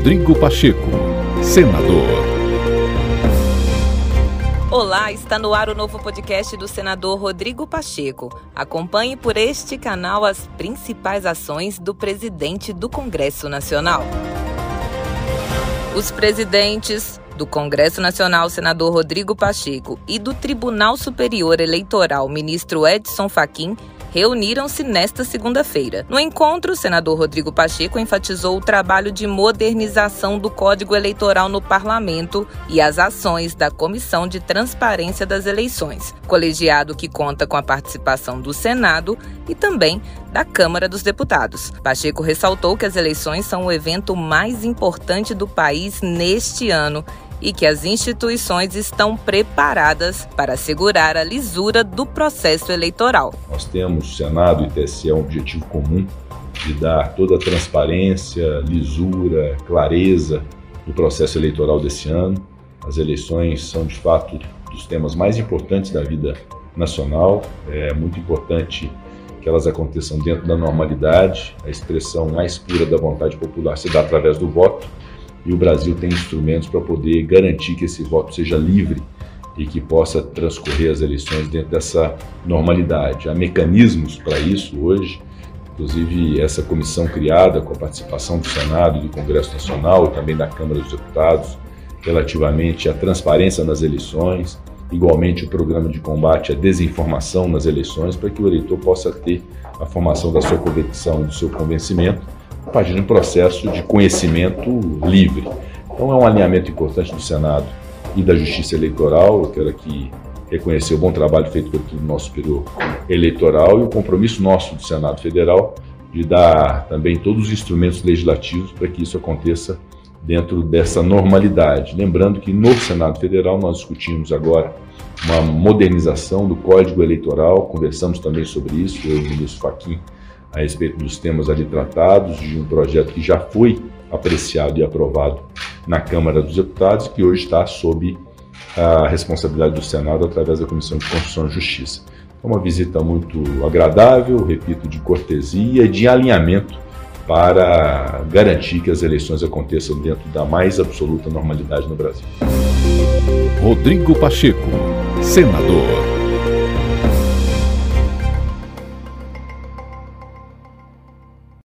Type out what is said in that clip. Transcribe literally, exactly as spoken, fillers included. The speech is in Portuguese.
Rodrigo Pacheco, senador. Olá, está no ar o novo podcast do senador Rodrigo Pacheco. Acompanhe por este canal as principais ações do presidente do Congresso Nacional. Os presidentes do Congresso Nacional, senador Rodrigo Pacheco, e do Tribunal Superior Eleitoral, ministro Edson Fachin, reuniram-se nesta segunda-feira. No encontro, o senador Rodrigo Pacheco enfatizou o trabalho de modernização do Código Eleitoral no Parlamento e as ações da Comissão de Transparência das Eleições, colegiado que conta com a participação do Senado e também da Câmara dos Deputados. Pacheco ressaltou que as eleições são o evento mais importante do país neste ano e que as instituições estão preparadas para assegurar a lisura do processo eleitoral. Nós temos, Senado e T S E, um objetivo comum de dar toda a transparência, lisura, clareza do processo eleitoral desse ano. As eleições são, de fato, dos temas mais importantes da vida nacional. É muito importante que elas aconteçam dentro da normalidade. A expressão mais pura da vontade popular se dá através do voto. E o Brasil tem instrumentos para poder garantir que esse voto seja livre e que possa transcorrer as eleições dentro dessa normalidade. Há mecanismos para isso hoje, inclusive essa comissão criada com a participação do Senado e do Congresso Nacional e também da Câmara dos Deputados, relativamente à transparência nas eleições, igualmente o programa de combate à desinformação nas eleições, para que o eleitor possa ter a formação da sua convicção, do seu convencimento, a partir de um processo de conhecimento livre. Então é um alinhamento importante do Senado e da Justiça Eleitoral. Eu quero aqui reconhecer o bom trabalho feito pelo Tribunal Superior Eleitoral e o compromisso nosso do Senado Federal de dar também todos os instrumentos legislativos para que isso aconteça dentro dessa normalidade. Lembrando que no Senado Federal nós discutimos agora uma modernização do Código Eleitoral, conversamos também sobre isso, eu e o ministro Fachin, a respeito dos temas ali tratados, de um projeto que já foi apreciado e aprovado na Câmara dos Deputados, que hoje está sob a responsabilidade do Senado através da Comissão de Constituição e Justiça. É uma visita muito agradável, repito, de cortesia e de alinhamento para garantir que as eleições aconteçam dentro da mais absoluta normalidade no Brasil. Rodrigo Pacheco, senador.